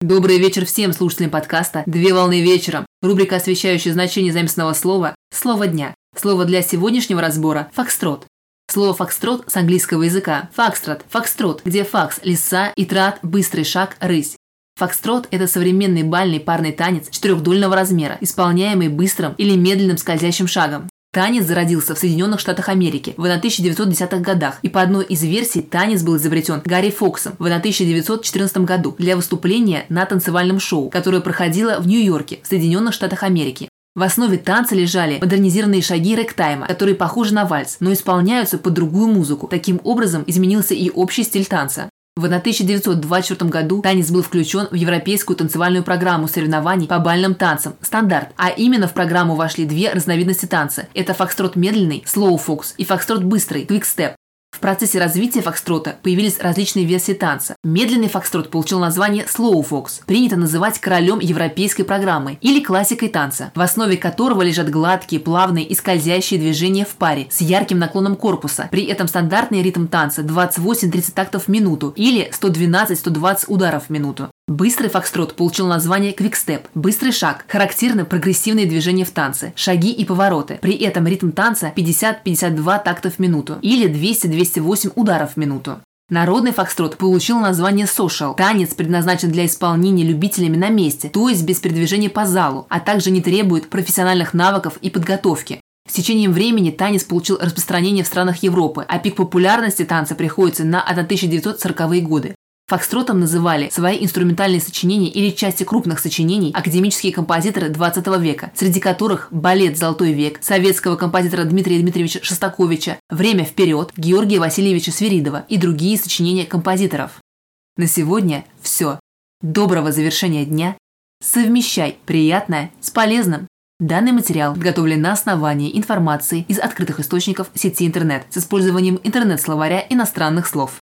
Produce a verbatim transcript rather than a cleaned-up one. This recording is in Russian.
Добрый вечер всем слушателям подкаста «Две волны вечером». Рубрика, освещающая значение заместного слова «Слово дня». Слово для сегодняшнего разбора – «фокстрот». Слово «фокстрот» с английского языка – «фокстрот», «фокстрот», где факс – лиса и трат – быстрый шаг, рысь. Фокстрот – это современный бальный парный танец четырехдольного размера, исполняемый быстрым или медленным скользящим шагом. Танец зародился в Соединенных Штатах Америки в тысяча девятьсот десятых годах, и по одной из версий танец был изобретен Гарри Фоксом в тысяча девятьсот четырнадцатом году для выступления на танцевальном шоу, которое проходило в Нью-Йорке, в Соединенных Штатах Америки. В основе танца лежали модернизированные шаги рэгтайма, которые похожи на вальс, но исполняются под другую музыку. Таким образом, изменился и общий стиль танца. В тысяча девятьсот двадцать четвёртом году танец был включен в европейскую танцевальную программу соревнований по бальным танцам «Стандарт», а именно в программу вошли две разновидности танца. Это фокстрот медленный «Slow Fox» и фокстрот быстрый «Quick Step». В процессе развития фокстрота появились различные версии танца. Медленный фокстрот получил название Slow Fox, принято называть королем европейской программы или классикой танца, в основе которого лежат гладкие, плавные и скользящие движения в паре с ярким наклоном корпуса. При этом стандартный ритм танца двадцать восемь тридцать тактов в минуту или сто двенадцать сто двадцать ударов в минуту. Быстрый фокстрот получил название Quick Step – быстрый шаг, характерны прогрессивные движения в танце, шаги и повороты. При этом ритм танца пятьдесят пятьдесят два такта в минуту или двести двести восемь ударов в минуту. Народный фокстрот получил название Social. Танец предназначен для исполнения любителями на месте, то есть без передвижения по залу, а также не требует профессиональных навыков и подготовки. С течением времени танец получил распространение в странах Европы, а пик популярности танца приходится на тысяча девятьсот сороковые годы. Фокстротом называли свои инструментальные сочинения или части крупных сочинений академические композиторы двадцатого века, среди которых балет «Золотой век» советского композитора Дмитрия Дмитриевича Шостаковича, «Время вперед» Георгия Васильевича Свиридова и другие сочинения композиторов. На сегодня все. Доброго завершения дня. Совмещай приятное с полезным. Данный материал подготовлен на основании информации из открытых источников сети интернет с использованием интернет-словаря иностранных слов.